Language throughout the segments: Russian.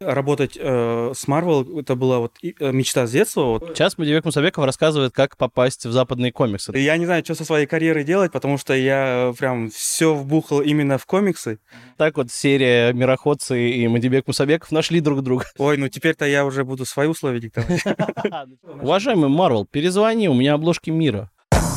Работать с Marvel, это была вот мечта с детства. Вот. Сейчас Мадибек Мусабеков рассказывает, как попасть в западные комиксы. Я не знаю, что со своей карьерой делать, потому что я прям все вбухал именно в комиксы. Так вот серия «Мироходцы» и Мадибек Мусабеков нашли друг друга. Ой, ну теперь-то я уже буду свои условия диктовать. Уважаемый Марвел, перезвони, у меня обложки мира.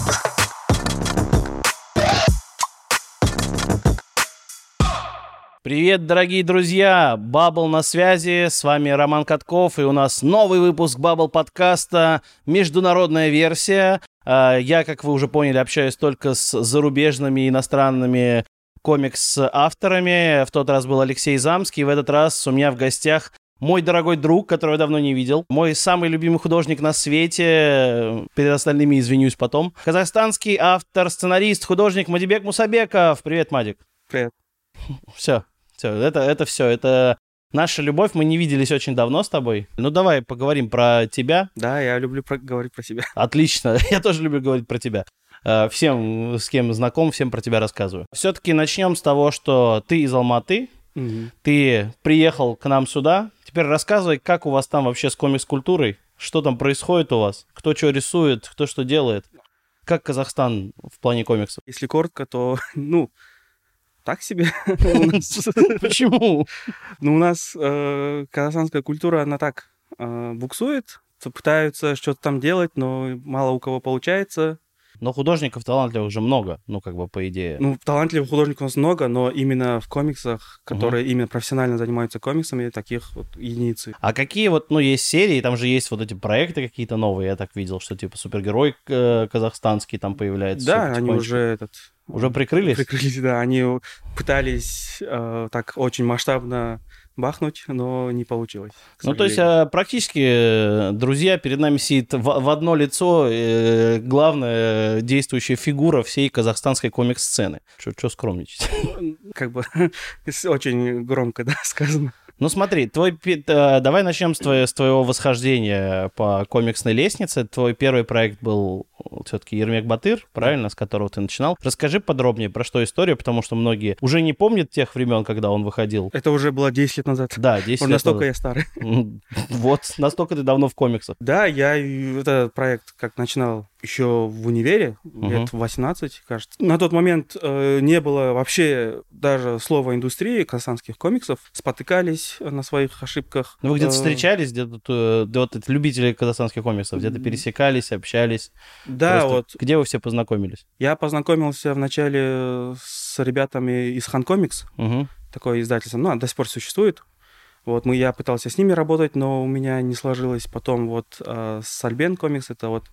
Привет, дорогие друзья! Бабл на связи, с вами Роман Катков, и у нас новый выпуск Бабл подкаста, международная версия. Я, как вы уже поняли, общаюсь только с зарубежными иностранными комикс-авторами. В тот раз был Алексей Замский, в этот раз у меня в гостях мой дорогой друг, которого я давно не видел, мой самый любимый художник на свете, перед остальными извинюсь потом, казахстанский автор, сценарист, художник Мадибек Мусабеков. Привет, Мадик. Привет. Все, это все, это наша любовь, мы не виделись очень давно с тобой. Ну, давай поговорим про тебя. Да, я люблю говорить про себя. Отлично, я тоже люблю говорить про тебя. Всем, с кем знаком, всем про тебя рассказываю. Все-таки начнем с того, что ты из Алматы, ты приехал к нам сюда. Теперь рассказывай, как у вас там вообще с комикс-культурой, что там происходит у вас, кто что рисует, кто что делает. Как Казахстан в плане комиксов? Если коротко, то, так себе. Почему? Ну, у нас казахстанская культура, она так буксует, пытаются что-то там делать, но мало у кого получается. Но художников талантливых уже много, по идее. Ну, талантливых художников у нас много, но именно в комиксах, которые именно профессионально занимаются комиксами, таких вот единицы. А какие есть серии, там же есть вот эти проекты какие-то новые, я так видел, что типа супергерой казахстанский там появляется. Да, они уже Уже прикрылись? Прикрылись, да. Они пытались так очень масштабно бахнуть, но не получилось. Ну, то есть практически, друзья, перед нами сидит в одно лицо главная действующая фигура всей казахстанской комикс-сцены. Что скромничать? Очень громко, да, сказано. Ну смотри, давай начнем с твоего восхождения по комиксной лестнице. Твой первый проект был все-таки Ермек Батыр, правильно, с которого ты начинал. Расскажи подробнее, про что история, потому что многие уже не помнят тех времен, когда он выходил. Это уже было 10 лет назад. Да, 10 лет настолько назад. Я старый. Вот, настолько ты давно в комиксах. Да, я этот проект как начинал еще в универе, лет 18, кажется. На тот момент не было вообще даже слова индустрии казахстанских комиксов. Спотыкались на своих ошибках. Ну, вы где-то встречались, где-то любители казахстанских комиксов, где-то пересекались, общались. Да, просто вот. Где вы все познакомились? Я познакомился вначале с ребятами из Хан Комикс, такое издательство, до сих пор существует. Вот, я пытался с ними работать, но у меня не сложилось. Потом вот с Альбен Комикс, это вот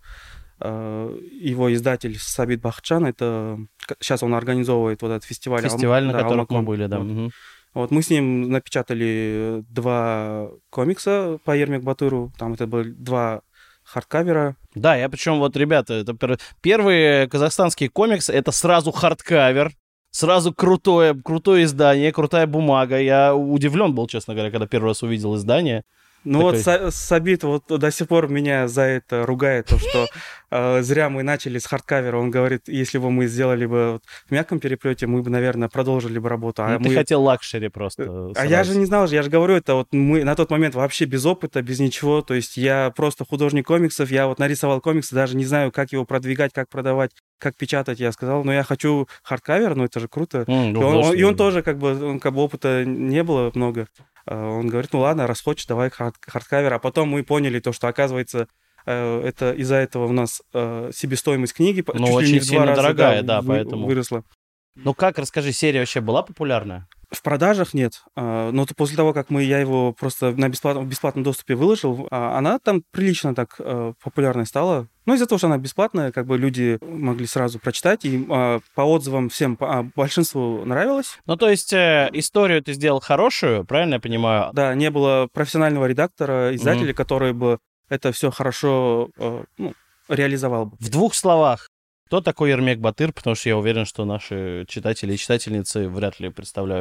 его издатель Сабит Бахчан, это сейчас он организовывает вот этот фестиваль. Фестиваль, на котором мы были, да. Вот мы с ним напечатали 2 комикса по Ермек Батыру, там это были 2 хардкавера. Да, причем ребята, это первый казахстанский комикс, это сразу хардкавер, сразу крутое издание, крутая бумага. Я удивлен был, честно говоря, когда первый раз увидел издание. Ну Сабит до сих пор меня за это ругает, то, что зря мы начали с хардкавера. Он говорит, если бы мы сделали бы в мягком переплете, мы бы, наверное, продолжили бы работу. Ты хотел лакшери просто. Я же не знал, я же говорю, это мы на тот момент вообще без опыта, без ничего. То есть я просто художник комиксов, я нарисовал комиксы, даже не знаю, как его продвигать, как продавать, как печатать. Я сказал, я хочу хардкавер, это же круто. И он тоже опыта не было много. Он говорит, ладно, раз хочешь, давай хардкавер. А потом мы поняли то, что, оказывается, это из-за этого у нас себестоимость книги чуть ли не в 2 раза дорогая, поэтому выросла. Как, расскажи, серия вообще была популярная? В продажах нет. Но после того, как я его просто в бесплатном доступе выложил, она там прилично так популярной стала. Из-за того, что она бесплатная, люди могли сразу прочитать, и по отзывам всем большинству нравилось. То есть историю ты сделал хорошую, правильно я понимаю? Да, не было профессионального редактора, издателя, который бы это все хорошо реализовал бы. В 2 словах, кто такой Ермек Батыр? Потому что я уверен, что наши читатели и читательницы вряд ли представляют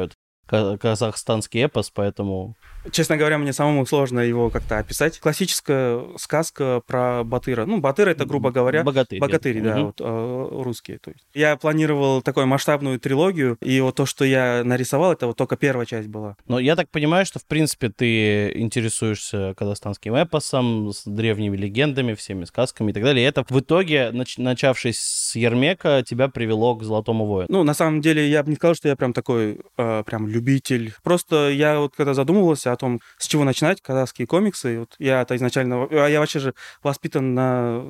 казахстанский эпос, поэтому... Честно говоря, мне самому сложно его как-то описать. Классическая сказка про Батыра. Ну, Батыр — это, грубо говоря, богатыри, да, вот, русские. То есть. Я планировал такую масштабную трилогию, и вот то, что я нарисовал, это вот только первая часть была. Но я так понимаю, что, в принципе, ты интересуешься казахстанским эпосом, с древними легендами, всеми сказками и так далее. И это в итоге, начавшись с Ермека, тебя привело к Золотому воину. Ну, на самом деле, я бы не сказал, что я прям такой, прям любитель. Просто я вот когда задумывался о том, с чего начинать казахские комиксы. Вот я-то изначально... Я вообще же воспитан на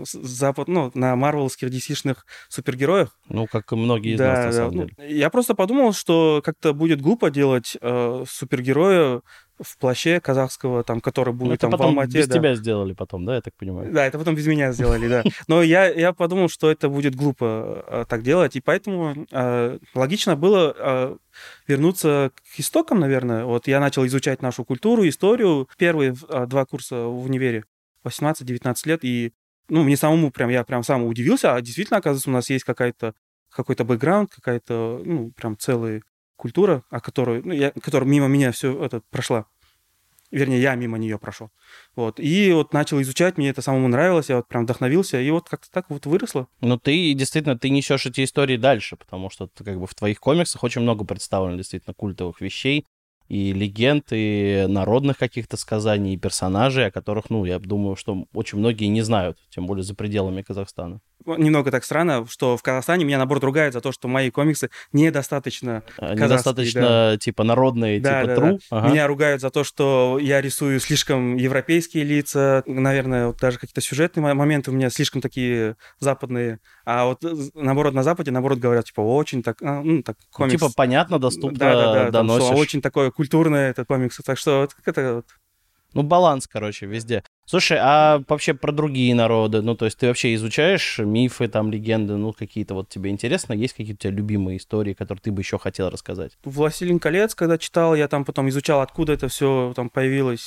на марвелских DC-шных супергероях. Ну, как и многие из нас, на самом деле. Я просто подумал, что как-то будет глупо делать супергероя в плаще казахского, там, который будет там в Алмате. Без тебя сделали потом, да, я так понимаю? Да, это потом без меня сделали, да. Но я подумал, что это будет глупо так делать, и поэтому логично было вернуться к истокам, наверное. Вот я начал изучать нашу культуру, историю. Первые 2 курса в универе, 18-19 лет, и мне самому я прям сам удивился, а действительно, оказывается, у нас есть какой-то бэкграунд, какая-то, прям целая культура, которая мимо меня все это прошла. Вернее, я мимо нее прошел. Вот. И вот начал изучать, мне это самому нравилось, я вот прям вдохновился, и вот как-то так вот выросло. Ну, ты несешь эти истории дальше, потому что как бы в твоих комиксах очень много представлено действительно культовых вещей, и легенд, и народных каких-то сказаний, и персонажей, о которых, я думаю, что очень многие не знают, тем более за пределами Казахстана. Немного так странно, что в Казахстане меня, наоборот, ругают за то, что мои комиксы недостаточно казахские. Недостаточно, типа, народные, да, типа, true. Да. Ага. Меня ругают за то, что я рисую слишком европейские лица, наверное, вот даже какие-то сюжетные моменты у меня слишком такие западные, а вот, наоборот, на Западе, говорят, типа, очень так, комикс. Типа, понятно, доступно, доносишь. Там, очень такое культурное этот комикс, так что вот это вот. Баланс, короче, везде. Слушай, а вообще про другие народы? То есть ты вообще изучаешь мифы, там, легенды, какие-то вот тебе интересно? Есть какие-то у тебя любимые истории, которые ты бы еще хотел рассказать? «Властелин колец», когда читал, я там потом изучал, откуда это все там появилось.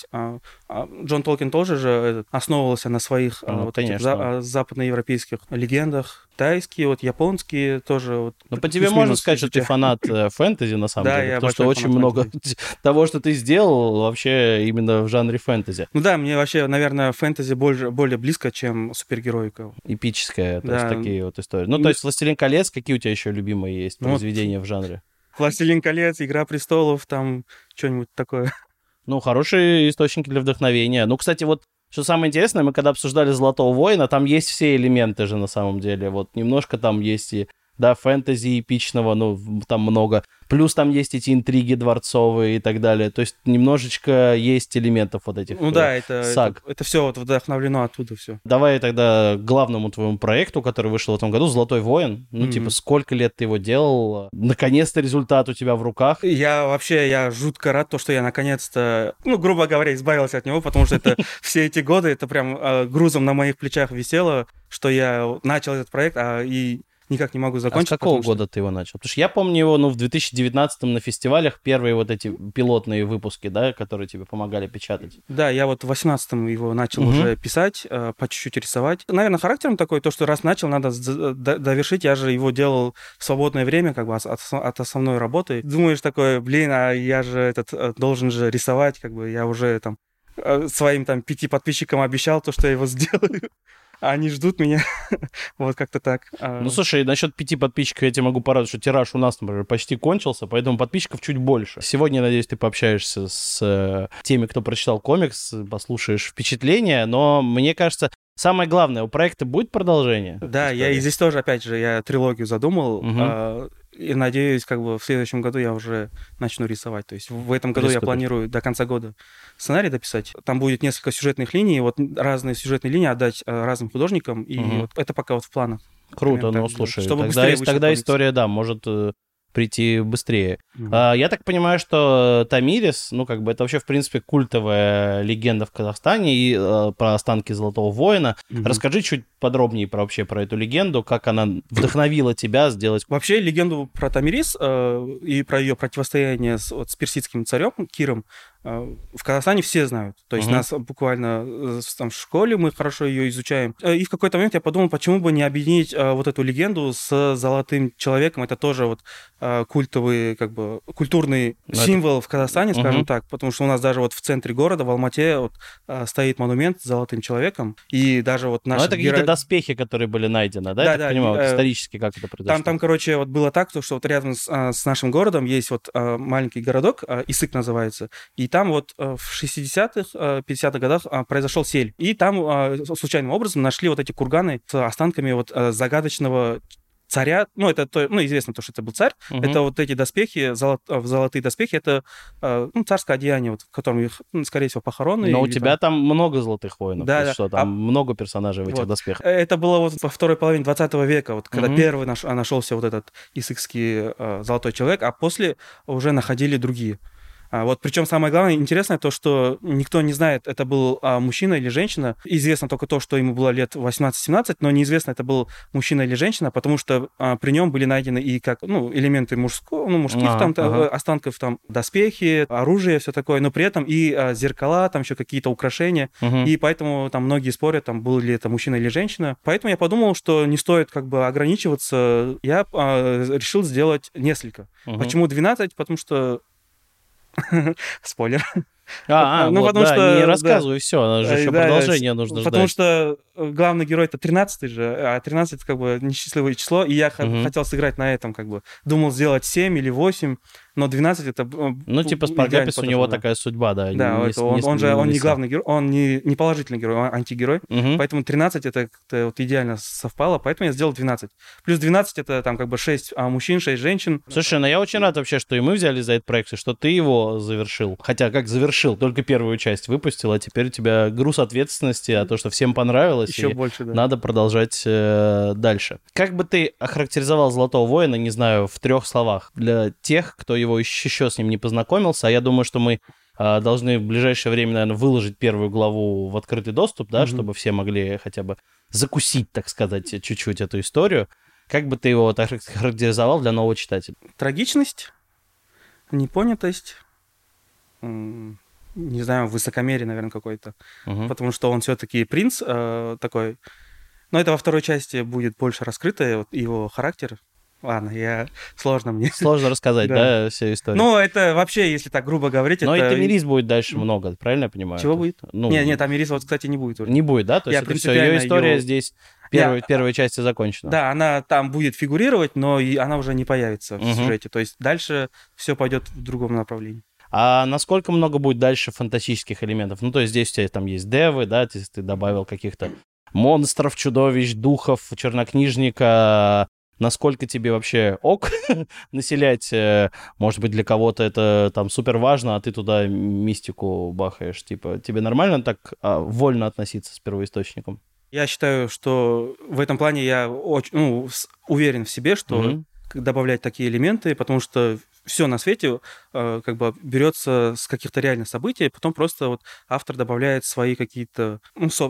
Джон Толкин тоже же основывался на своих этих западноевропейских легендах. Тайские, японские тоже. По тебе можно сказать, что ты фанат фэнтези, на самом деле? Потому что очень много того, что ты сделал, вообще именно в жанре фэнтези. Мне вообще, наверное, фэнтези более близко, чем супергероика. Эпическая, то есть такие вот истории. То есть «Властелин колец», какие у тебя еще любимые есть произведения в жанре? «Властелин колец», «Игра престолов», там что-нибудь такое. Хорошие источники для вдохновения. Кстати, что самое интересное, мы когда обсуждали «Золотого воина», там есть все элементы же на самом деле. Немножко там есть и, фэнтези эпичного, там много. Плюс там есть эти интриги дворцовые и так далее. То есть немножечко есть элементов вот этих саг. Это все вдохновлено оттуда все. Давай тогда к главному твоему проекту, который вышел в этом году, «Золотой воин». Сколько лет ты его делал? Наконец-то результат у тебя в руках. Я жутко рад, что я наконец-то, грубо говоря, избавился от него, потому что это все эти годы, это прям грузом на моих плечах висело, что я начал этот проект, и никак не могу закончить. А с какого года ты его начал? Потому что я помню его, в 2019-м на фестивалях, первые эти пилотные выпуски, которые тебе помогали печатать. Да, я в 18-м его начал уже писать, по чуть-чуть рисовать. Наверное, характером такой, то, что раз начал, надо довершить. Я же его делал в свободное время, как бы от основной работы. Думаешь такое, а я же должен же рисовать, как бы я уже там своим 5 подписчикам обещал то, что я его сделаю. Они ждут меня. Как-то так. Слушай, насчет 5 подписчиков я тебе могу порадовать, что тираж у нас, например, почти кончился, поэтому подписчиков чуть больше. Сегодня, надеюсь, ты пообщаешься с теми, кто прочитал комикс, послушаешь впечатления, но мне кажется, самое главное, у проекта будет продолжение? Да, я и здесь тоже, опять же, я трилогию задумал, и надеюсь, в следующем году я уже начну рисовать. То есть в этом году я планирую до конца года сценарий дописать. Там будет несколько сюжетных линий, разные сюжетные линии отдать разным художникам, и это пока в планах. Круто, слушай, тогда история, может прийти быстрее. Я так понимаю, что Томирис, это вообще, в принципе, культовая легенда в Казахстане, и про останки Золотого воина. Расскажи чуть подробнее про эту легенду, как она вдохновила тебя сделать... Вообще, легенду про Томирис и про ее противостояние с персидским царем Киром в Казахстане все знают. То есть нас буквально там в школе мы хорошо ее изучаем. И в какой-то момент я подумал, почему бы не объединить вот эту легенду с золотым человеком. Это тоже вот культовый, как бы, культурный символ в Казахстане, скажем так. Потому что у нас даже вот в центре города, в Алмате, вот, стоит монумент с золотым человеком. И даже вот наши... Но это какие-то доспехи, которые были найдены, да? Я так понимаю, исторически как это произошло? Там, короче, вот было так, что вот рядом с нашим городом есть вот маленький городок, Исык называется, и там вот в 60-х, 50-х годах произошел сель. И там случайным образом нашли вот эти курганы с останками вот загадочного царя. Ну, это известно, то, что это был царь. Это вот эти доспехи, золотые доспехи, это царское одеяние, вот, в котором их, скорее всего, похоронены. Но у тебя там много золотых воинов. Да, что, там много персонажей в этих доспехах. Это было вот во второй половине 20 века, вот, когда первый нашелся вот этот исыкский золотой человек, а после уже находили другие. Вот, причем самое главное, интересное то, что никто не знает, это был мужчина или женщина. Известно только то, что ему было лет 18-17, но неизвестно, это был мужчина или женщина, потому что при нем были найдены и как элементы мужских останков, там доспехи, оружие, все такое, но при этом и зеркала, там еще какие-то украшения. И поэтому там многие спорят, там был ли это мужчина или женщина. Поэтому я подумал, что не стоит как бы ограничиваться. Я решил сделать несколько. Почему 12? Потому что спойлер. Потому что... не рассказывай все, еще продолжение нужно ждать. Потому что главный герой это 13 же, а 13 как бы несчастливое число, и я хотел сыграть на этом, как бы. Думал сделать 7 или 8, но 12 это... Спаргапис, у него такая судьба, да. Да, он не главный герой, он не положительный герой, он антигерой, поэтому 13 это вот идеально совпало, поэтому я сделал 12. Плюс 12 это там как бы 6 мужчин, 6 женщин. Слушай, я очень рад вообще, что и мы взяли за этот проект, и что ты его завершил. Хотя как завершил, только первую часть выпустил, а теперь у тебя груз ответственности, а то, что всем понравилось, еще больше, да. Надо продолжать дальше. Как бы ты охарактеризовал «Золотого воина», не знаю, в 3 словах, для тех, кто его еще с ним не познакомился? А я думаю, что мы должны в ближайшее время, наверное, выложить первую главу в открытый доступ, да, чтобы все могли хотя бы закусить, так сказать, чуть-чуть эту историю. Как бы ты его охарактеризовал для нового читателя? Трагичность, непонятость, не знаю, высокомерие, наверное, какое-то. Потому что он все-таки принц такой. Но это во второй части будет больше раскрыто, вот его характер. Ладно, сложно мне. Сложно рассказать, да, всю историю? Ну, это вообще, если так грубо говорить... Но и Тамирис будет дальше много, правильно я понимаю? Чего будет? Нет, Тамирис вот, кстати, не будет уже. Не будет, да? То есть это все, ее история здесь первой части закончена. Да, она там будет фигурировать, но она уже не появится в сюжете. То есть дальше все пойдет в другом направлении. А насколько много будет дальше фантастических элементов? Ну, то есть здесь у тебя там есть девы, да, ты добавил каких-то монстров, чудовищ, духов, чернокнижника. Насколько тебе вообще населять? Может быть, для кого-то это там супер важно, а ты туда мистику бахаешь. Типа, тебе нормально так вольно относиться с первоисточником? Я считаю, что в этом плане я очень уверен в себе, что добавлять такие элементы, потому что все на свете как бы берется с каких-то реальных событий, потом просто вот автор добавляет свои какие-то,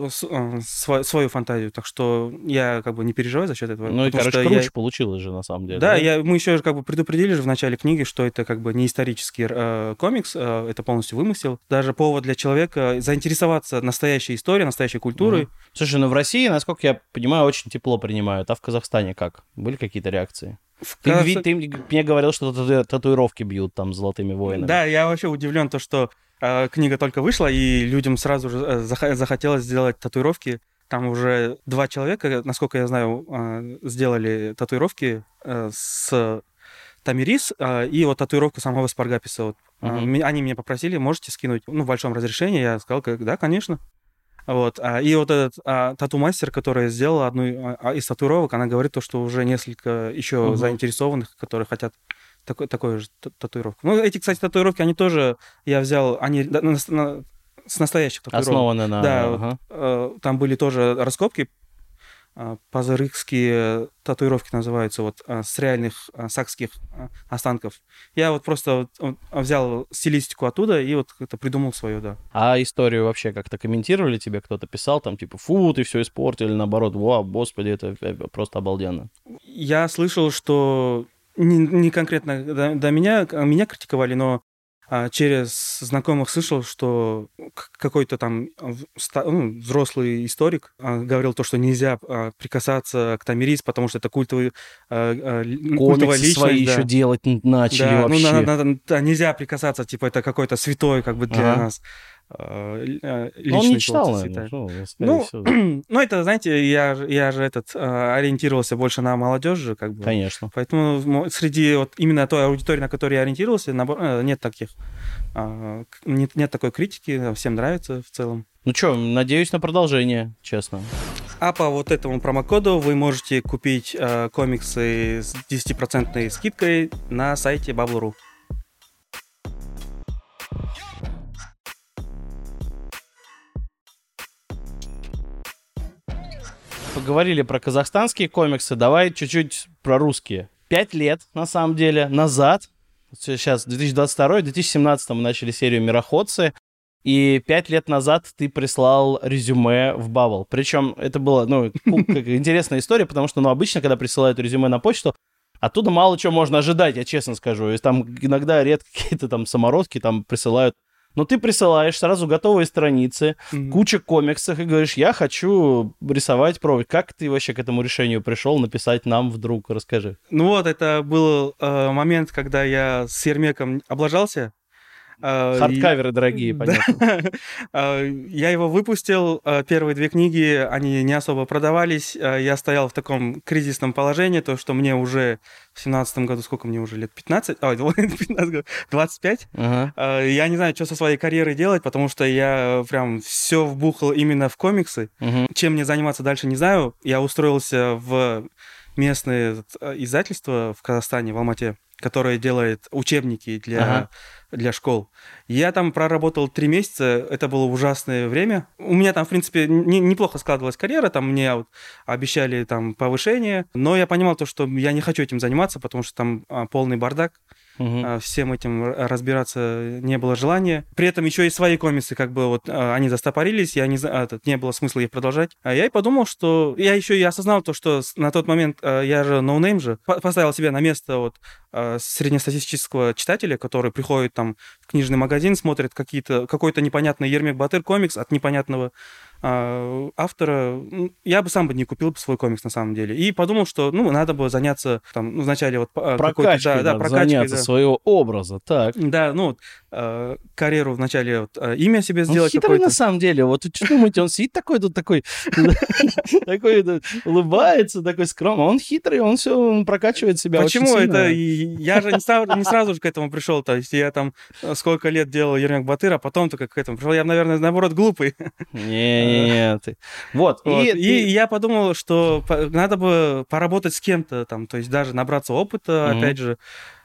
свою фантазию. Так что я как бы не переживаю за счет этого. Ну и, круче получилось же, на самом деле. Да, мы еще как бы предупредили же в начале книги, что это как бы не исторический комикс, это полностью вымысел. Даже повод для человека заинтересоваться настоящей историей, настоящей культурой. Слушай, в России, насколько я понимаю, очень тепло принимают. А в Казахстане как? Были какие-то реакции? Ты мне говорил, что татуировки бьют там золотыми воинами. Да, я вообще удивлен, что книга только вышла, и людям сразу же захотелось сделать татуировки. Там уже 2 человека, насколько я знаю, сделали татуировки с Тамирис и вот татуировку самого Спаргаписа. Вот. Они меня попросили, можете скинуть в большом разрешении. Я сказал, да, конечно. Вот. И вот этот тату-мастер, который сделал одну из татуировок, она говорит, что уже несколько еще заинтересованных, которые хотят такую же татуировку. Ну, эти, кстати, татуировки, они тоже, я взял, они с настоящих татуировок. Основаны на... Да, там были тоже раскопки, пазырыкские татуировки называются, вот, с реальных сакских останков. Я вот просто взял стилистику оттуда и вот как-то придумал свою, да. А историю вообще как-то комментировали тебе? Кто-то писал там, типа, фу, ты все испортил, или наоборот, вау, господи, это просто обалденно? Я слышал, что не конкретно до меня критиковали, но через знакомых слышал, что какой-то там взрослый историк говорил то, что нельзя прикасаться к Томирис, потому что это культовая личность. Свои еще делать начали вообще. Нельзя прикасаться, типа это какой-то святой как бы для нас. Личность. Он не читал, наверное. Это, знаете, я же ориентировался больше на молодежь, как бы. Конечно. Поэтому среди именно той аудитории, на которую я ориентировался, нет такой критики, всем нравится в целом. Ну что, надеюсь на продолжение, честно. А по вот этому промокоду вы можете купить комиксы с 10% скидкой на сайте Bubble.ru. Поговорили про казахстанские комиксы, давай чуть-чуть про русские. 5 лет, на самом деле, назад, сейчас 2022-2017 мы начали серию «Мироходцы», и 5 лет назад ты прислал резюме в Bubble. Причем это была, интересная история, потому что, обычно, когда присылают резюме на почту, оттуда мало чего можно ожидать, я честно скажу. И там иногда редко какие-то там самородки там присылают. Но ты присылаешь сразу готовые страницы, куча комиксов, и говоришь, я хочу рисовать, пробовать. Как ты вообще к этому решению пришел написать нам вдруг? Расскажи. Это был момент, когда я с Ермеком облажался. Хардкаверы дорогие, понятно. Я его выпустил, первые 2 книги, они не особо продавались, я стоял в таком кризисном положении, то, что мне уже в 17-м году, сколько мне уже лет, 15? 25? Я не знаю, что со своей карьерой делать, потому что я прям все вбухал именно в комиксы. Чем мне заниматься дальше, не знаю. Я устроился в местное издательство в Казахстане, в Алмате, которое делает учебники для школ. Я там проработал 3 месяца, это было ужасное время. У меня там, в принципе, неплохо складывалась карьера, там мне обещали там повышение, но я понимал то, что я не хочу этим заниматься, потому что там полный бардак. Всем этим разбираться не было желания. При этом еще и свои комиксы, они застопорились, не было смысла их продолжать. А я и подумал, что... Я еще и осознал то, что на тот момент я же ноунейм же, поставил себя на место среднестатистического читателя, который приходит там в книжный магазин, смотрит какой-то непонятный Ермек Батыр комикс от непонятного автора. Я бы сам не купил свой комикс на самом деле. И подумал, что надо бы заняться там, вначале прокачкой, заняться своего образа, так. Да, карьеру вначале имя себе сделать. Он хитрый на самом деле. Что думаете, он сидит такой улыбается, такой скромный. Он хитрый, он прокачивает себя. Почему это? Я же не сразу же к этому пришел. То есть я там сколько лет делал Ермек Батыр, а потом только к этому пришел. Я, наверное, наоборот, глупый. Нет. И я подумал, что надо бы поработать с кем-то там, то есть даже набраться опыта, опять же.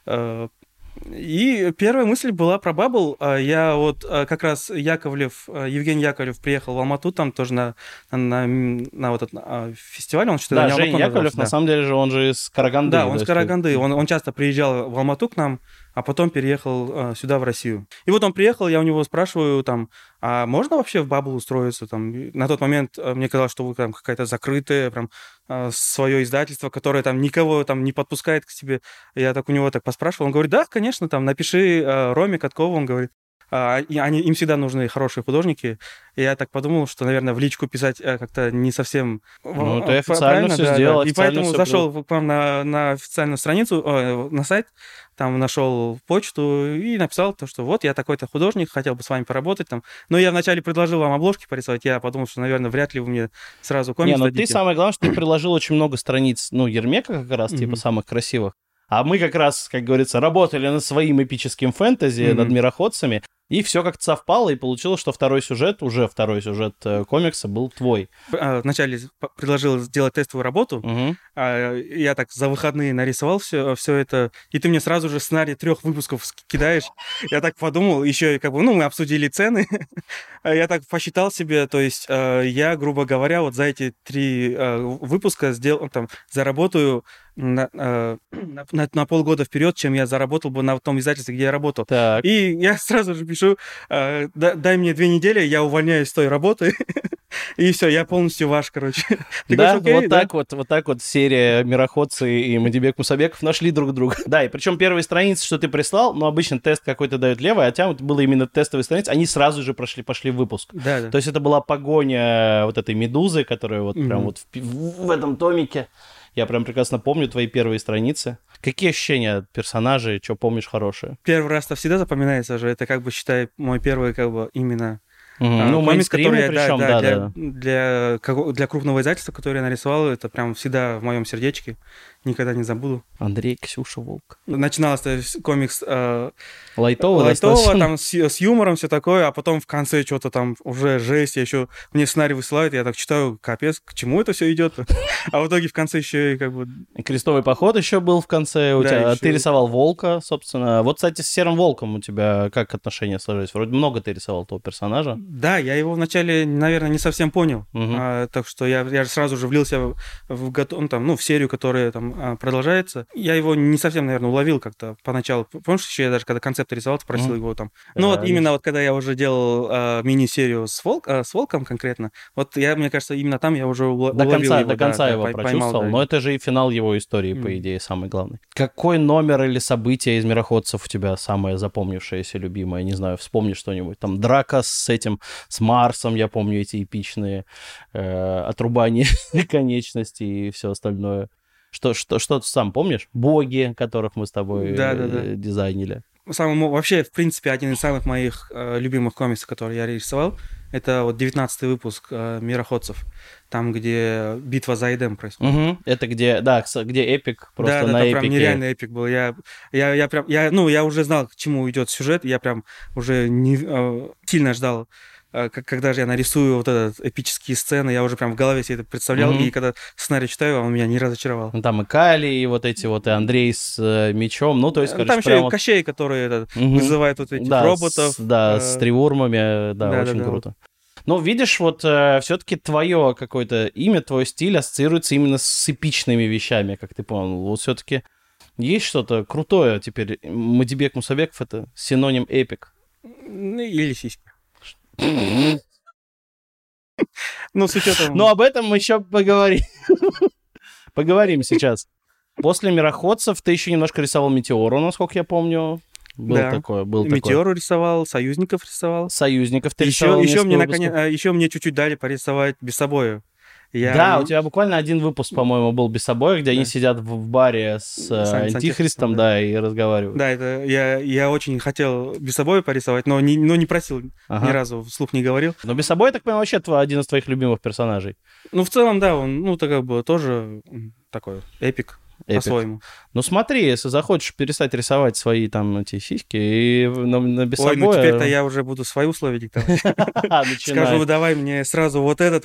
И первая мысль была про Bubble. Я как раз Евгений Яковлев приехал в Алмату, там тоже на фестиваль. Он что-то Женя Яковлев, на самом деле же, он же из Караганды. Да, он из Караганды. Он часто приезжал в Алмату к нам, а потом переехал сюда, в Россию. И он приехал, я у него спрашиваю, а можно вообще в Bubble устроиться? На тот момент мне казалось, что вы там какая-то закрытая, прям свое издательство, которое там никого там не подпускает к себе. Я так у него поспрашивал, он говорит, да, конечно, напиши Роме Каткову, он говорит. Им всегда нужны хорошие художники. И я так подумал, что, наверное, в личку писать как-то не совсем... ты официально все сделал. И поэтому зашел к вам на официальную страницу, на сайт, там нашел почту и написал то, что я такой-то художник, хотел бы с вами поработать. Но я вначале предложил вам обложки порисовать, я подумал, что, наверное, вряд ли вы мне сразу комикс дадите. Ты самое главное, что ты приложил очень много страниц, Ермека как раз, самых красивых. А мы как раз, как говорится, работали над своим эпическим фэнтези, над мироходцами, и все как-то совпало, и получилось, что второй сюжет комикса был твой. Вначале предложил сделать тестовую работу, я так за выходные нарисовал все это, и ты мне сразу же сценарий 3 выпусков кидаешь. Я так подумал, еще мы обсудили цены, я так посчитал себе, то есть я, грубо говоря, за эти 3 выпуска заработаю на полгода вперед, чем я заработал бы на том издательстве, где я работал. Так. И я сразу же пишу, дай мне 2 недели, я увольняюсь с той работы, И все, я полностью ваш, короче. Ты Да, говоришь, окей, да? вот так вот серия Мироходцы и Мадибек Мусабеков нашли друг друга. Да, и причем первые страницы, что ты прислал, ну, обычно тест какой-то дают левый, а у тебя вот было именно тестовые страницы, они сразу же пошли в выпуск. Да. То есть это была погоня вот этой медузы, которая вот прям Мгм. вот в этом томике. Я прям прекрасно помню твои первые страницы. Какие ощущения от персонажей, что помнишь хорошее? Первый раз-то всегда запоминается же. Это как бы, считай, мой первый как бы именно Ну, комикс, который мейнстримный я, причем, да. для крупного издательства, который я нарисовал, это прям всегда в моем сердечке. Никогда не забуду. Андрей, Ксюша, Волк. Начинался комикс Лайтово лайтово, достаточно. там с юмором все такое, а потом в конце что-то там уже жесть, я еще мне сценарий высылают, я так читаю, капец, к чему это все идет? А в итоге в конце еще и как бы... И крестовый поход еще был в конце у Да, тебя. еще. Ты рисовал Волка, собственно. Вот, кстати, с Серым Волком у тебя как отношения сложились? Вроде много ты рисовал того персонажа. Да, я его вначале, наверное, не совсем понял, Мгм. так что я сразу же влился в серию, которая там продолжается. Я его не совсем, наверное, уловил как-то поначалу. Помнишь, еще я даже когда концепт рисовал, спросил Мгм. его там. Ну вот Да, именно вот когда я уже делал мини-серию с Волком конкретно, вот мне кажется, именно там я уже уловил его. До конца его поймал, прочувствовал, да. но это же и финал его истории, по Мгм. идее, самый главный. Какой номер или событие из «Мироходцев» у тебя самое запомнившееся, любимое? Не знаю, вспомни что-нибудь. Там драка с Марсом, я помню эти эпичные отрубания конечностей и все остальное. Что ты сам помнишь? Боги, которых мы с тобой Да. дизайнили. Вообще, в принципе, один из самых моих любимых комиксов, которые я рисовал, это вот 19-й выпуск «Мироходцев», там, где битва за Эдем происходит. Мгм. Это где, да, где эпик, просто Да, на там эпике. прям нереальный эпик был. Я уже знал, к чему идет сюжет, я прям уже сильно ждал, когда же я нарисую вот этот эпические сцены, я уже прям в голове себе это представлял, Мгм. и когда сценарий читаю, он меня не разочаровал. Ну, там и Кали, и вот эти вот, и Андрей с мечом. Ну, то есть, Там короче, еще прям и вот... Кощей, который Мгм. вызывает вот этих Да, роботов. с тривурмами, да, да, очень да. круто. Ну, видишь, вот все-таки твое какое-то имя, твой стиль ассоциируется именно с эпичными вещами, как ты понял. Вот все-таки есть что-то крутое теперь. Мадибек Мусабеков — это синоним эпик. Или сиськи. Ну, с учетом... Но об этом мы еще поговорим. Поговорим сейчас. После «Мироходцев» ты еще немножко рисовал «Метеору», насколько я помню. Был Да. такой. Метеору рисовал, союзников рисовал. Союзников ты рисовал Еще мне несколько выпусков. еще мне чуть-чуть дали порисовать Бесобою. Да, у тебя буквально один выпуск, по-моему, был без собой, где они Да. сидят в баре с С Антихристом, Антихристом, да, и разговаривают. Да, это я очень хотел Бесобою порисовать, но не просил, Ага. ни разу вслух не говорил. Но без собой, я так понимаю, вообще один из твоих любимых персонажей. Ну, в целом, да, он, так как бы тоже такой эпик. Эпик. По-своему. Ну смотри, если захочешь перестать рисовать свои там эти сиськи и на без собой... Ну теперь-то я уже буду свои условия диктовать. Скажу, давай мне сразу вот этот.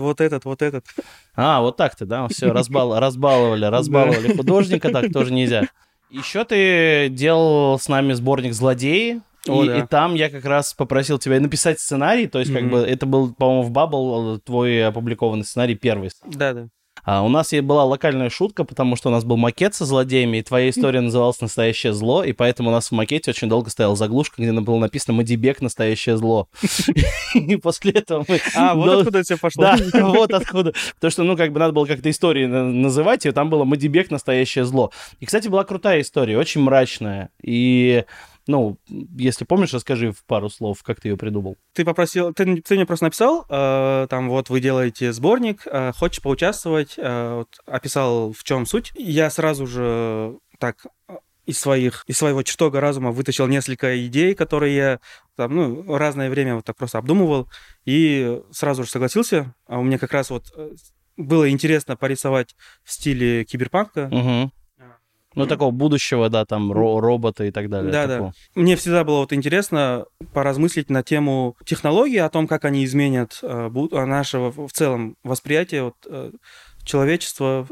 А, вот так ты, да? Все, разбаловали художника, так тоже нельзя. Еще ты делал с нами сборник «Злодеи», и там я как раз попросил тебя написать сценарий, то есть как бы это был, по-моему, в Bubble твой опубликованный сценарий первый. Да. У нас была локальная шутка, потому что у нас был макет со злодеями, и твоя история называлась «Настоящее зло», и поэтому у нас в макете очень долго стояла заглушка, где было написано «Мадибек. Настоящее зло». И после этого мы... вот откуда все пошло. Да, вот откуда. Потому что, надо было как-то истории называть, и там было «Мадибек. Настоящее зло». И, кстати, была крутая история, очень мрачная. И... если помнишь, расскажи в пару слов, как ты ее придумал. Ты мне просто написал, там вот вы делаете сборник, хочешь поучаствовать, описал, в чем суть. Я сразу же так из своего чертога разума вытащил несколько идей, которые я там, разное время вот так просто обдумывал, и сразу же согласился. А у меня как раз вот было интересно порисовать в стиле киберпанка. Угу. Такого будущего, да, там робота и так далее. Да. Мне всегда было вот интересно поразмыслить на тему технологий, о том, как они изменят нашего в целом восприятие человечества,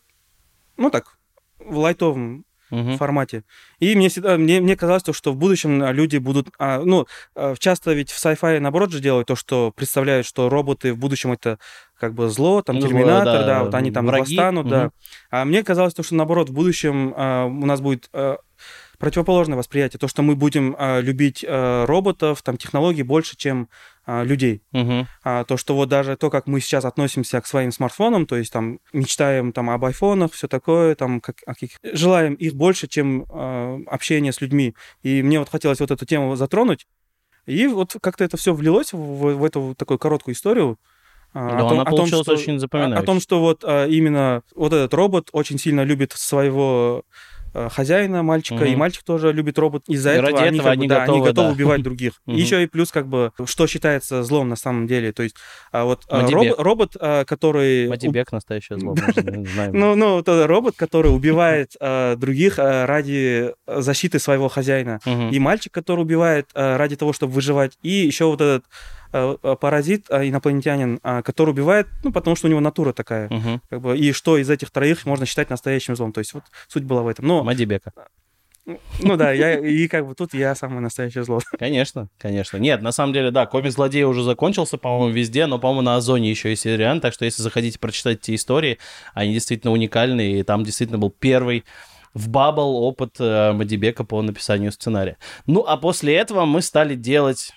в лайтовом формате. И мне казалось, что в будущем люди будут... часто ведь в sci-fi, наоборот, же делают то, что представляют, что роботы в будущем это как бы зло, там, Терминатор, вот они там враги. восстанут, да. А мне казалось, что наоборот, в будущем у нас будет противоположное восприятие, то, что мы будем любить роботов, там, технологий больше, чем людей. То, что вот даже то, как мы сейчас относимся к своим смартфонам, то есть там мечтаем там об айфонах, все такое, там желаем их больше, чем общение с людьми. И мне вот хотелось вот эту тему затронуть. И вот как-то это все влилось в эту такую короткую историю. Она получилась очень запоминающей. О том, что вот именно вот этот робот очень сильно любит своего хозяина, мальчика, и мальчик тоже любит робот. Из-за этого они готовы убивать других. И еще и плюс, как бы, что считается злом на самом деле. То есть вот робот, который... Мадибек настоящее зло, Ну, робот, который убивает других ради защиты своего хозяина. И мальчик, который убивает ради того, чтобы выживать. И еще вот этот паразит, инопланетянин, который убивает, ну, потому что у него натура такая. Как бы, и что из этих троих можно считать настоящим злом. То есть вот суть была в этом. Но... Мадибека. Ну да, и как бы тут я самое настоящее зло. Конечно, конечно. Нет, на самом деле, да, комикс «Злодеи» уже закончился, по-моему, везде, но, по-моему, на Озоне еще есть вариант, так что если захотите прочитать эти истории, они действительно уникальные, и там действительно был первый в Bubble опыт Мадибека по написанию сценария. Ну, а после этого мы стали делать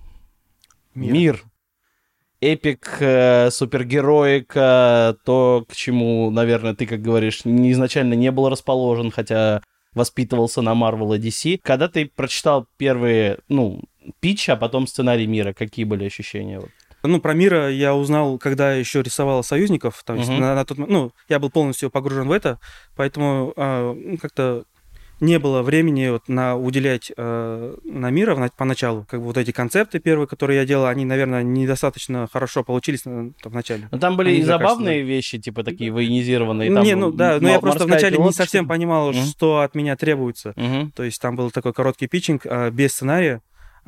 мир. Эпик, супергероика, то, к чему, наверное, ты, как говоришь, изначально не был расположен, хотя воспитывался на Marvel и DC. Когда ты прочитал первые, питч, а потом сценарий мира, какие были ощущения? Ну, про мира я узнал, когда еще рисовал «Союзников». То есть на тот момент, я был полностью погружен в это, поэтому как-то не было времени уделять на мира поначалу. Как бы вот эти концепты первые, которые я делал, они, наверное, недостаточно хорошо получились в начале. Но там были и забавные вещи, типа такие военизированные. Но я просто вначале не совсем понимал, что от меня требуется. То есть там был такой короткий питчинг без сценария.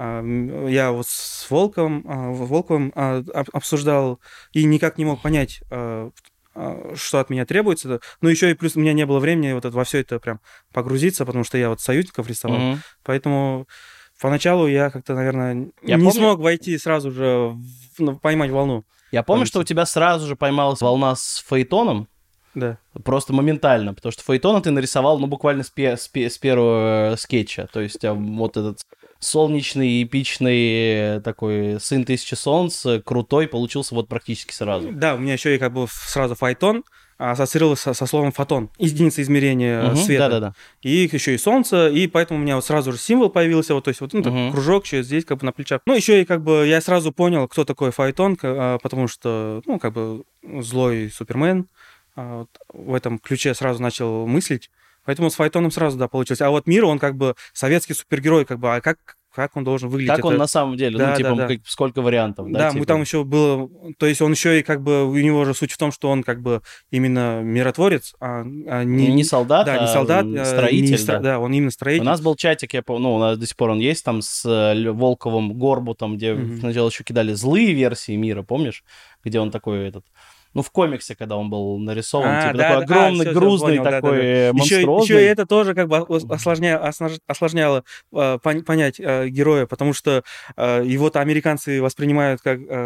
Я вот с Волковым обсуждал и никак не мог понять, что от меня требуется. Но еще и плюс у меня не было времени во все это прям погрузиться, потому что я «Союзников» рисовал. Поэтому поначалу я как-то, наверное, смог войти сразу же, поймать волну. Я помню, что у тебя сразу же поймалась волна с фаэтоном. Да. Просто моментально, потому что фаэтона ты нарисовал, буквально с первого скетча. То есть вот этот солнечный, эпичный такой «Сын тысячи солнц», крутой, получился вот практически сразу. Да, у меня еще и как бы сразу фаэтон ассоциировался со словом фотон, единица измерения света. Да-да-да. И еще и солнце, и поэтому у меня сразу же символ появился, то есть кружок еще здесь как бы на плечах. Ну, еще и как бы я сразу понял, кто такой фаэтон, потому что, как бы злой Супермен. В этом ключе сразу начал мыслить. Поэтому с фаэтоном сразу, да, получилось. А вот мир, он как бы советский супергерой, как бы, а как он должен выглядеть? Как он на самом деле? Да, сколько вариантов? Да, мы там еще было... То есть он еще и как бы... У него же суть в том, что он как бы именно миротворец, не солдат, не солдат, строитель. Да, он именно строитель. У нас был чатик, я помню, у нас до сих пор он есть, там с Волковым Горбутом, где сначала еще кидали злые версии мира, помнишь? Где он такой в комиксе, когда он был нарисован, такой огромный, грузный, такой монструозный. Еще и это тоже как бы осложняло понять героя, потому что его-то американцы воспринимают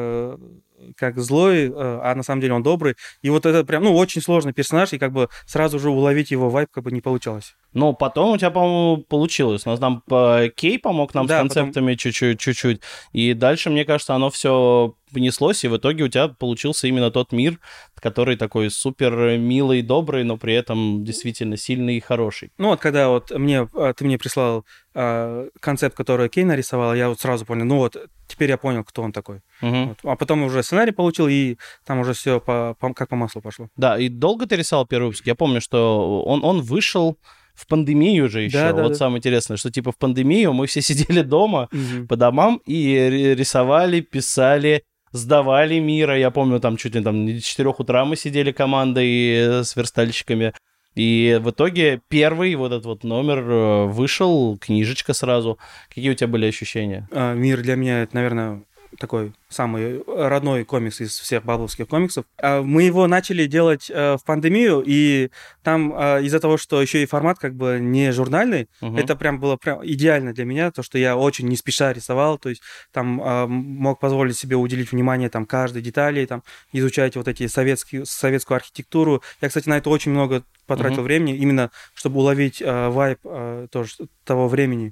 как злой, а на самом деле он добрый. И вот это прям, очень сложный персонаж, и как бы сразу же уловить его вайб как бы не получалось. Но потом у тебя, по-моему, получилось. У нас там Кей помог нам с концептами чуть-чуть. И дальше, мне кажется, оно все понеслось, и в итоге у тебя получился именно тот мир, который такой супер милый, добрый, но при этом действительно сильный и хороший. Ну вот когда ты мне прислал концепт, который Кей нарисовал, я сразу понял, теперь я понял, кто он такой. А потом уже сценарий получил, и там уже все как по маслу пошло. Да, и долго ты рисовал первый выпуск? Я помню, что он вышел в пандемию же еще. Да. Самое интересное, что в пандемию мы все сидели дома по домам и рисовали, писали, сдавали мира. Я помню, там чуть ли до 4 утра мы сидели командой с верстальщиками. И в итоге первый вот этот номер вышел, книжечка сразу. Какие у тебя были ощущения? Мир для меня, это, наверное, такой самый родной комикс из всех бабловских комиксов. Мы его начали делать в пандемию, и там из-за того, что еще и формат как бы не журнальный, это прям было идеально для меня, то, что я очень не спеша рисовал, то есть там мог позволить себе уделить внимание там каждой детали, там изучать вот эти советскую архитектуру. Я, кстати, на это очень много потратил времени, именно чтобы уловить вайб тоже того времени.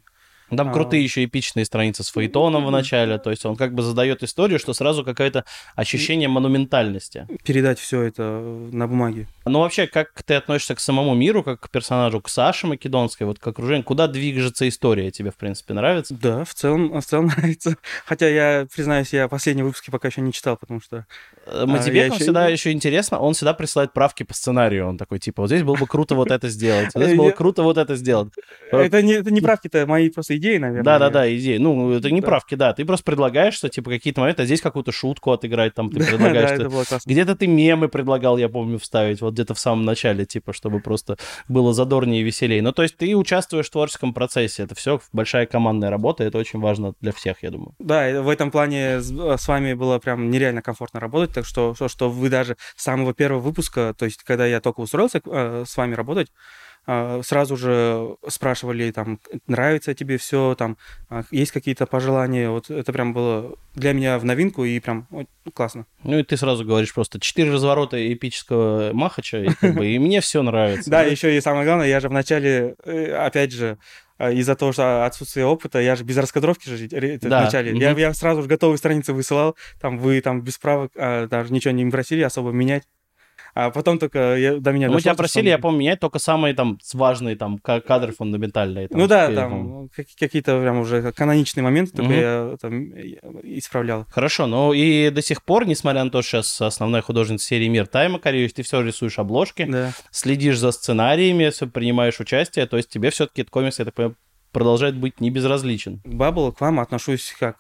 Там крутые еще эпичные страницы с фаэтоном в начале, то есть он как бы задает историю, что сразу какое-то ощущение монументальности. Передать все это на бумаге. Ну, вообще, как ты относишься к самому миру, как к персонажу, к Саше Македонской, вот к окружению? Куда движется история? Тебе, в принципе, нравится? Да, в целом нравится. Хотя я, признаюсь, я последние выпуски пока еще не читал, потому что... Мадибек, он всегда еще интересно, он всегда присылает правки по сценарию. Он такой, типа, вот здесь было бы круто вот это сделать, вот здесь было круто вот это сделать. Это не правки, это мои просто идеи, наверное. Да, идеи. Ну, это не правки, да. Ты просто предлагаешь, что, типа, какие-то моменты, а здесь какую-то шутку отыграть, там, ты предлагаешь. Где-то ты мемы предлагал, я помню, вставить, вот где-то в самом начале, типа, чтобы просто было задорнее и веселее. Ну, то есть ты участвуешь в творческом процессе, это все большая командная работа, это очень важно для всех, я думаю. Да, в этом плане с вами было прям нереально комфортно работать, так что вы даже с самого первого выпуска, то есть когда я только устроился с вами работать, сразу же спрашивали, там, нравится тебе все, там, есть какие-то пожелания, вот это прям было для меня в новинку и прям классно. Ну и ты сразу говоришь просто 4 разворота эпического Махача, и мне все нравится. Да, еще и самое главное, я же вначале, опять же, из-за того, что отсутствие опыта, я же без раскадровки же вначале. Я сразу же готовые страницы высылал, там вы там без правок даже ничего не просили особо менять. А потом только до меня дошло. Мы тебя просили, я помню, менять только самые там важные там кадры фундаментальные. Там, ну да, там какие-то прям уже каноничные моменты только я там исправлял. Хорошо, но и до сих пор, несмотря на то, что сейчас основная художница серии «Мир» Тайма Макаревич, ты все рисуешь обложки, следишь за сценариями, принимаешь участие, то есть тебе все-таки этот комикс, я так понимаю, продолжает быть не безразличен. Баббл, к вам отношусь как...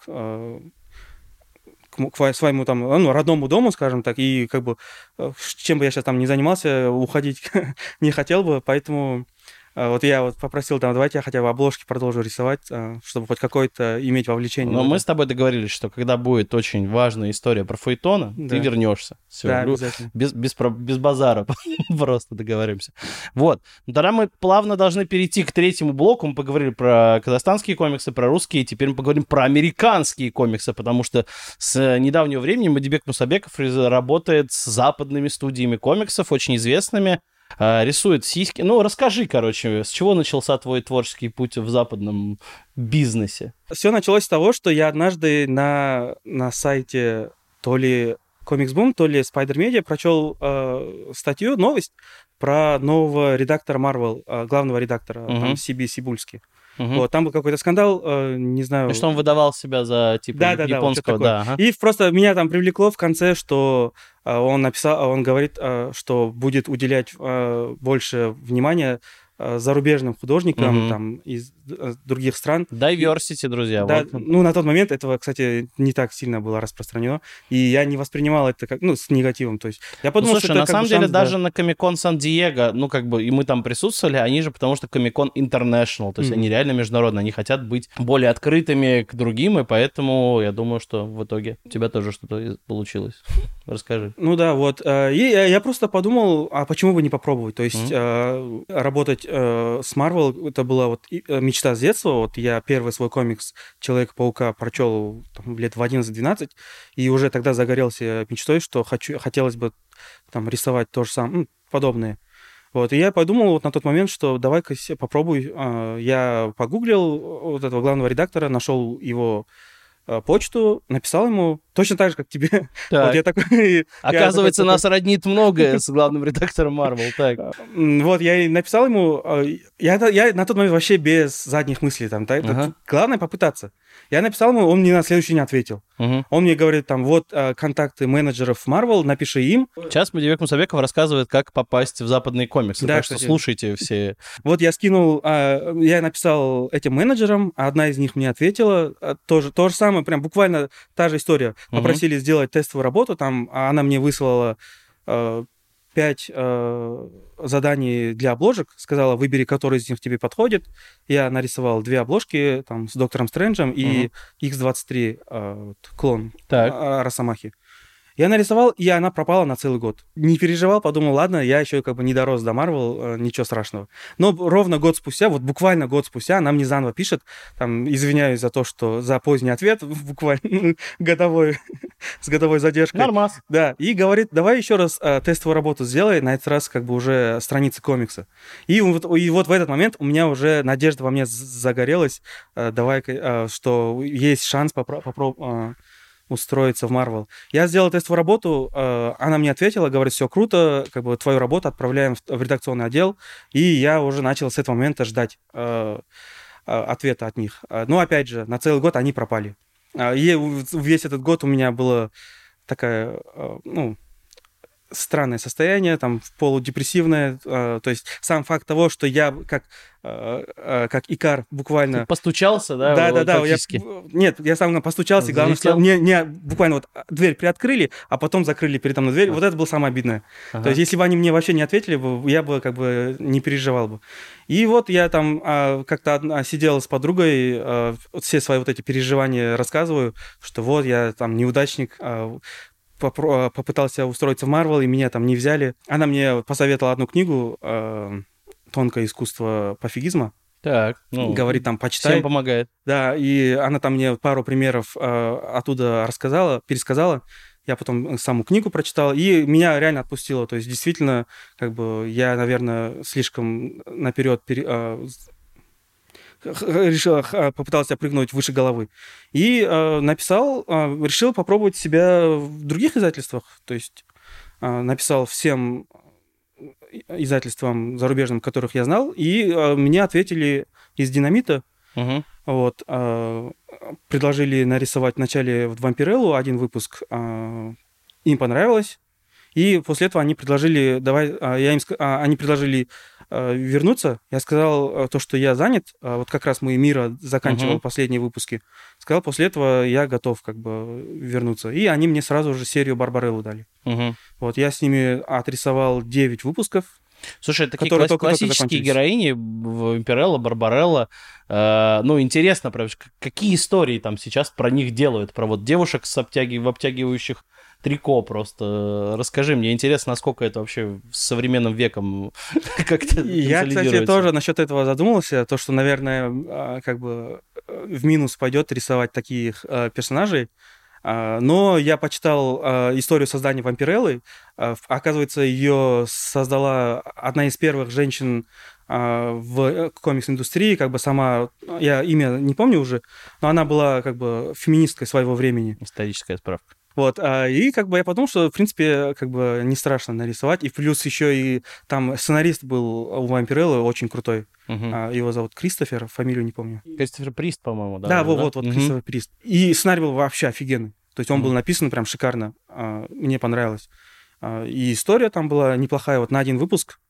к своему там, ну, родному дому, скажем так, и как бы чем бы я сейчас там не занимался, уходить не хотел бы, поэтому вот я вот попросил, там, давайте я хотя бы обложки продолжу рисовать, чтобы хоть какое-то иметь вовлечение. Но мы с тобой договорились, что когда будет очень важная история про фаэтона, ты вернешься. Все, да, обязательно. Без базара, просто договоримся. Вот. Тогда мы плавно должны перейти к третьему блоку. Мы поговорили про казахстанские комиксы, про русские, теперь мы поговорим про американские комиксы, потому что с недавнего времени Мадибек Мусабеков работает с западными студиями комиксов, очень известными, рисует сиськи. Ну, расскажи, короче, с чего начался твой творческий путь в западном бизнесе? Все началось с того, что я однажды на сайте то ли Comics Boom, то ли Spider Media прочел статью, новость про нового редактора Marvel, главного редактора, там, Сиби Сибульски. Вот, там был какой-то скандал, не знаю... И что он выдавал себя за, типа, японского, да. И просто меня там привлекло в конце, что он написал, он говорит, что будет уделять больше внимания зарубежным художникам там, из других стран. Diversity, друзья. Да, вот. ну, на тот момент этого, кстати, не так сильно было распространено, и я не воспринимал это как, ну, с негативом, то есть я подумал, слушай, что это на самом деле шанс, даже на Комик-кон Сан-Диего, ну, как бы, и мы там присутствовали, они же потому что Комик-кон International, то есть они реально международные, они хотят быть более открытыми к другим, и поэтому я думаю, что в итоге у тебя тоже что-то получилось. Расскажи. Ну да, вот. И я просто подумал, а почему бы не попробовать? То есть работать с Marvel, это была вот мечта с детства. Вот я первый свой комикс Человека-паука прочел там, лет в 11-12, и уже тогда загорелся мечтой, что хотелось бы там рисовать то же самое, подобное. Вот, и я подумал вот на тот момент, что давай-ка попробуй. Я погуглил вот этого главного редактора, нашел его почту, написал ему точно так же, как тебе. Так. Вот я такой, оказывается, нас роднит многое с главным редактором Marvel. Так. Вот, я и написал ему, я на тот момент вообще без задних мыслей. Там, главное попытаться. Я написал ему, он мне на следующий день ответил. Он мне говорит, там, вот контакты менеджеров Marvel, напиши им. Сейчас Мадибек Мусабеков рассказывает, как попасть в западные комиксы. Да, так что слушайте все. Вот я скинул, я написал этим менеджерам, а одна из них мне ответила. То же самое, прям буквально та же история. Попросили сделать тестовую работу, там, а она мне выслала 5 заданий для обложек, сказала, выбери, который из них тебе подходит. Я нарисовал 2 обложки там, с Доктором Стрэнджем и X-23 клон Росомахи. Я нарисовал, и она пропала на целый год. Не переживал, подумал, ладно, я еще как бы не дорос до Marvel, ничего страшного. Но ровно год спустя, вот буквально год спустя, она мне заново пишет, там, извиняюсь за то, что за поздний ответ, буквально годовой, с годовой задержкой. Нормас. Да, и говорит, давай еще раз тестовую работу сделай, на этот раз как бы уже страницы комикса. И вот в этот момент у меня уже надежда во мне загорелась, что есть шанс устроиться в Marvel. Я сделал тестовую работу, она мне ответила, говорит, все круто, как бы твою работу отправляем в редакционный отдел, и я уже начал с этого момента ждать ответа от них. Но опять же, на целый год они пропали. И весь этот год у меня было такая, странное состояние, там, полудепрессивное, то есть сам факт того, что я как Икар буквально... Ты постучался, да? Да, я сам постучался, и главное, что мне буквально вот дверь приоткрыли, а потом закрыли передо мной дверь, вот это было самое обидное. То есть если бы они мне вообще не ответили, я бы как бы не переживал бы. И вот я там как-то сидел с подругой, все свои вот эти переживания рассказываю, что вот я там неудачник, попытался устроиться в Marvel, и меня там не взяли. Она мне посоветовала одну книгу «Тонкое искусство пофигизма». Так, говорит, там, почитай. Всем помогает. Да, и она там мне пару примеров оттуда пересказала. Я потом саму книгу прочитал, и меня реально отпустило. То есть, действительно, как бы я, наверное, слишком наперед попытался прыгнуть выше головы. И решил попробовать себя в других издательствах. То есть написал всем издательствам зарубежным, которых я знал, и мне ответили из «Динамита». Угу. Вот, предложили нарисовать вначале в «Вампиреллу» один выпуск. Им понравилось. И после этого они предложили, они предложили вернуться. Я сказал то, что я занят. Вот как раз мы «Мира» заканчивал последние выпуски. Сказал, после этого я готов как бы вернуться. И они мне сразу же серию «Барбареллу» дали. Вот, я с ними отрисовал 9 выпусков. Слушай, такие классические героини, Вампирелла, Барбарелла. Интересно, какие истории там сейчас про них делают? Про вот девушек в обтягивающих трико просто. Расскажи мне, интересно, насколько это вообще с современным веком как-то Я, кстати, тоже насчет этого задумался, то, что, наверное, как бы в минус пойдет рисовать таких персонажей. Но я почитал историю создания «Вампиреллы». Оказывается, ее создала одна из первых женщин в комикс-индустрии, как бы сама, я имя не помню уже, но она была как бы феминисткой своего времени. Историческая справка. Вот, и как бы я подумал, что, в принципе, как бы не страшно нарисовать. И плюс еще и там сценарист был у «Вампиреллы» очень крутой. Его зовут Кристофер, фамилию не помню. Кристофер Прист, по-моему, да? Да, вот, Кристофер Прист. И сценарий был вообще офигенный. То есть он был написан прям шикарно. Мне понравилось. И история там была неплохая, вот на один выпуск.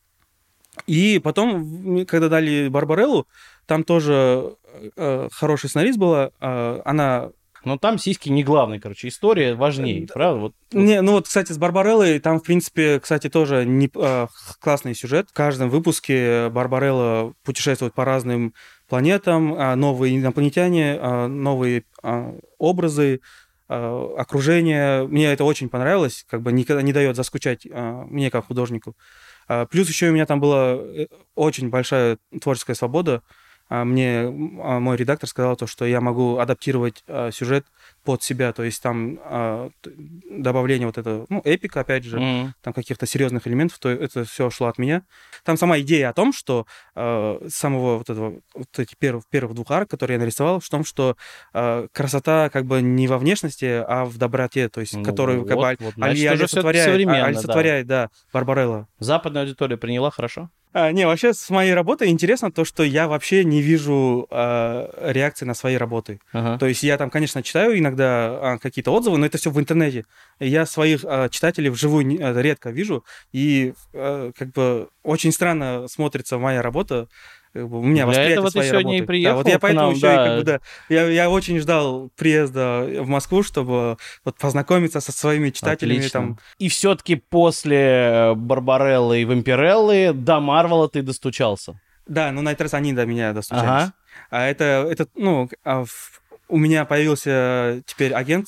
И потом, когда дали «Барбареллу», там тоже хороший сценарист была. Она... Но там сиськи не главный, короче, история важнее, правда? Кстати, с «Барбареллой» там, в принципе, кстати, тоже классный сюжет. В каждом выпуске Барбарелла путешествует по разным планетам, новые инопланетяне, новые образы, окружение. Мне это очень понравилось, как бы никогда не дает заскучать мне как художнику. Плюс еще у меня там была очень большая творческая свобода. Мне мой редактор сказал то, что я могу адаптировать сюжет под себя, то есть там добавление вот этого, эпика, опять же, там каких-то серьезных элементов, то это все шло от меня. Там сама идея о том, что самого этих первых двух арок, которые я нарисовал, в том, что красота как бы не во внешности, а в доброте, то есть которую как бы олицетворяет, да, Барбарелла. Западная аудитория приняла хорошо? Вообще с моей работой интересно то, что я вообще не вижу реакции на свои работы. То есть я там, конечно, читаю иногда какие-то отзывы, но это все в интернете. Я своих читателей вживую редко вижу, и как бы очень странно смотрится моя работа. У меня восприятие своей работы. Не приехал, вот я поэтому еще я очень ждал приезда в Москву, чтобы вот познакомиться со своими читателями. Там. И все-таки после Барбареллы и Вампиреллы до Марвела ты достучался. Да, на этот раз они до меня достучались. У меня появился теперь агент свой.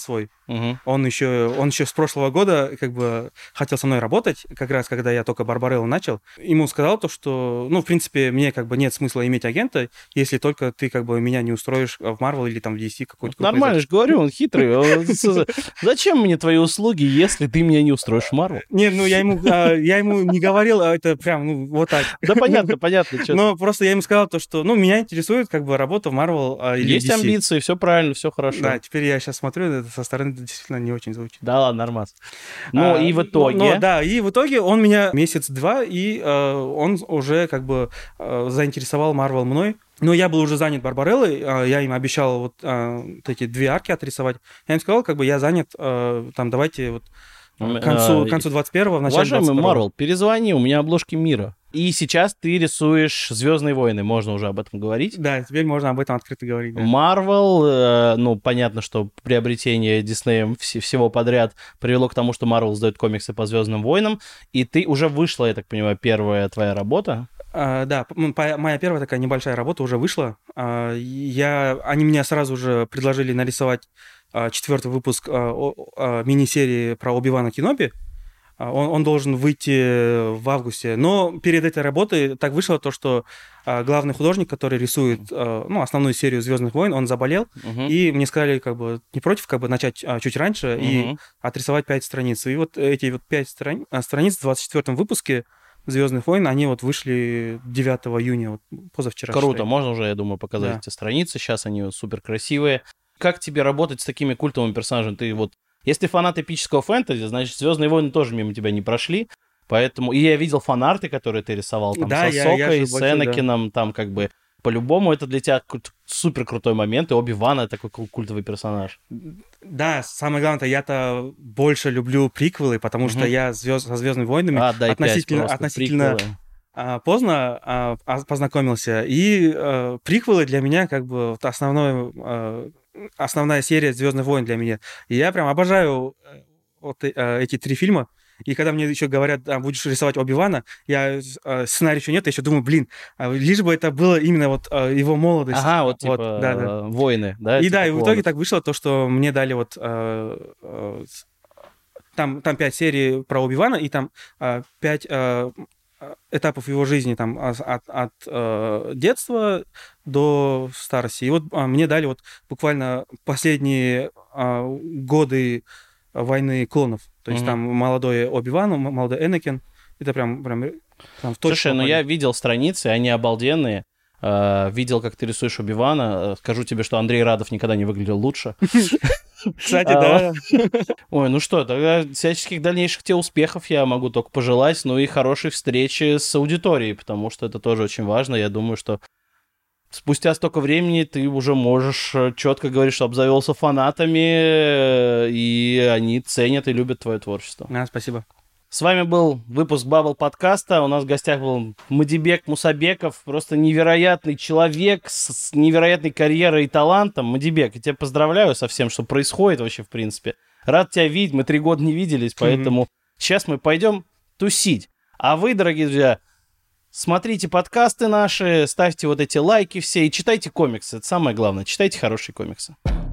Он еще с прошлого года как бы хотел со мной работать, как раз когда я только Барбареллу начал. Ему сказал то, что, в принципе, мне как бы нет смысла иметь агента, если только ты как бы меня не устроишь в Marvel или там в DC какой-то. Нормально же говорю, он хитрый. Зачем мне твои услуги, если ты меня не устроишь в Marvel? Не, я ему не говорил, а это прям, вот так. Да понятно. Но просто я ему сказал то, что, меня интересует как бы работа в Marvel или Есть DC. амбиции, все правильно, все хорошо. Да, теперь я сейчас смотрю, это со стороны действительно не очень звучит. Да ладно, нормально. И в итоге... И в итоге он меня месяц-два, и он уже как бы заинтересовал Marvel мной. Но я был уже занят Барбареллой, я им обещал вот эти 2 арки отрисовать. Я им сказал, как бы я занят, там, давайте вот к концу 21-го, в начале 22-го. Уважаемый Марвел, перезвони, у меня обложки мира. И сейчас ты рисуешь «Звездные войны», можно уже об этом говорить. Да, теперь можно об этом открыто говорить. Да. Марвел, понятно, что приобретение Диснеем всего подряд привело к тому, что Марвел сдает комиксы по «Звездным войнам», и ты уже вышла, я так понимаю, первая твоя работа. Да, моя первая такая небольшая работа уже вышла. Они мне сразу же предложили нарисовать 4-й выпуск мини-серии про Оби-Вана Кеноби. Он должен выйти в августе. Но перед этой работой так вышло то, что главный художник, который рисует основную серию «Звездных войн», он заболел. И мне сказали, как бы, не против как бы начать чуть раньше и отрисовать 5 страниц. И вот эти вот 5 страниц в 24-м выпуске «Звездных войн», они вот вышли 9 июня, вот позавчера. Круто, считай. можно уже, я думаю, показать эти страницы. Сейчас они супер красивые. Как тебе работать с такими культовыми персонажами? Ты вот, если ты фанат эпического фэнтези, значит, «Звездные войны» тоже мимо тебя не прошли. Поэтому... И я видел фанарты, которые ты рисовал там да, с Асокой, с Энакином, там как бы... По-любому это для тебя супер крутой момент, и Оби-Ван такой культовый персонаж. Да, самое главное, я-то больше люблю приквелы, потому что я со «Звездными войнами» относительно поздно познакомился. И приквелы для меня как бы вот основная серия «Звездных войн» для меня. И я прям обожаю вот эти 3 фильма. И когда мне еще говорят, будешь рисовать Оби-Вана, сценария еще нет, я еще думаю, лишь бы это было именно вот его молодость. Ага, вот типа войны, да? И типа да, и в итоге так вышло то, что мне дали вот... Там 5 серий про Оби-Вана, и там 5 этапов его жизни, там, от детства до старости. И вот мне дали вот буквально последние годы войны клонов. То есть там молодой Оби-Ван, молодой Энакин. Это прям в точку. Слушай, я видел страницы, они обалденные. Видел, как ты рисуешь Оби-Вана. Скажу тебе, что Андрей Радов никогда не выглядел лучше. Кстати, да. Ой, ну что, тогда всяческих дальнейших тебе успехов я могу только пожелать, и хорошей встречи с аудиторией, потому что это тоже очень важно. Я думаю, что спустя столько времени ты уже можешь четко говорить, что обзавелся фанатами, и они ценят и любят твое творчество. Спасибо. С вами был выпуск Бабл подкаста. У нас в гостях был Мадибек Мусабеков. Просто невероятный человек с невероятной карьерой и талантом. Мадибек, я тебя поздравляю со всем, что происходит вообще в принципе. Рад тебя видеть. Мы 3 года не виделись, поэтому сейчас мы пойдем тусить. А вы, дорогие друзья, смотрите подкасты наши, ставьте вот эти лайки все и читайте комиксы. Это самое главное. Читайте хорошие комиксы.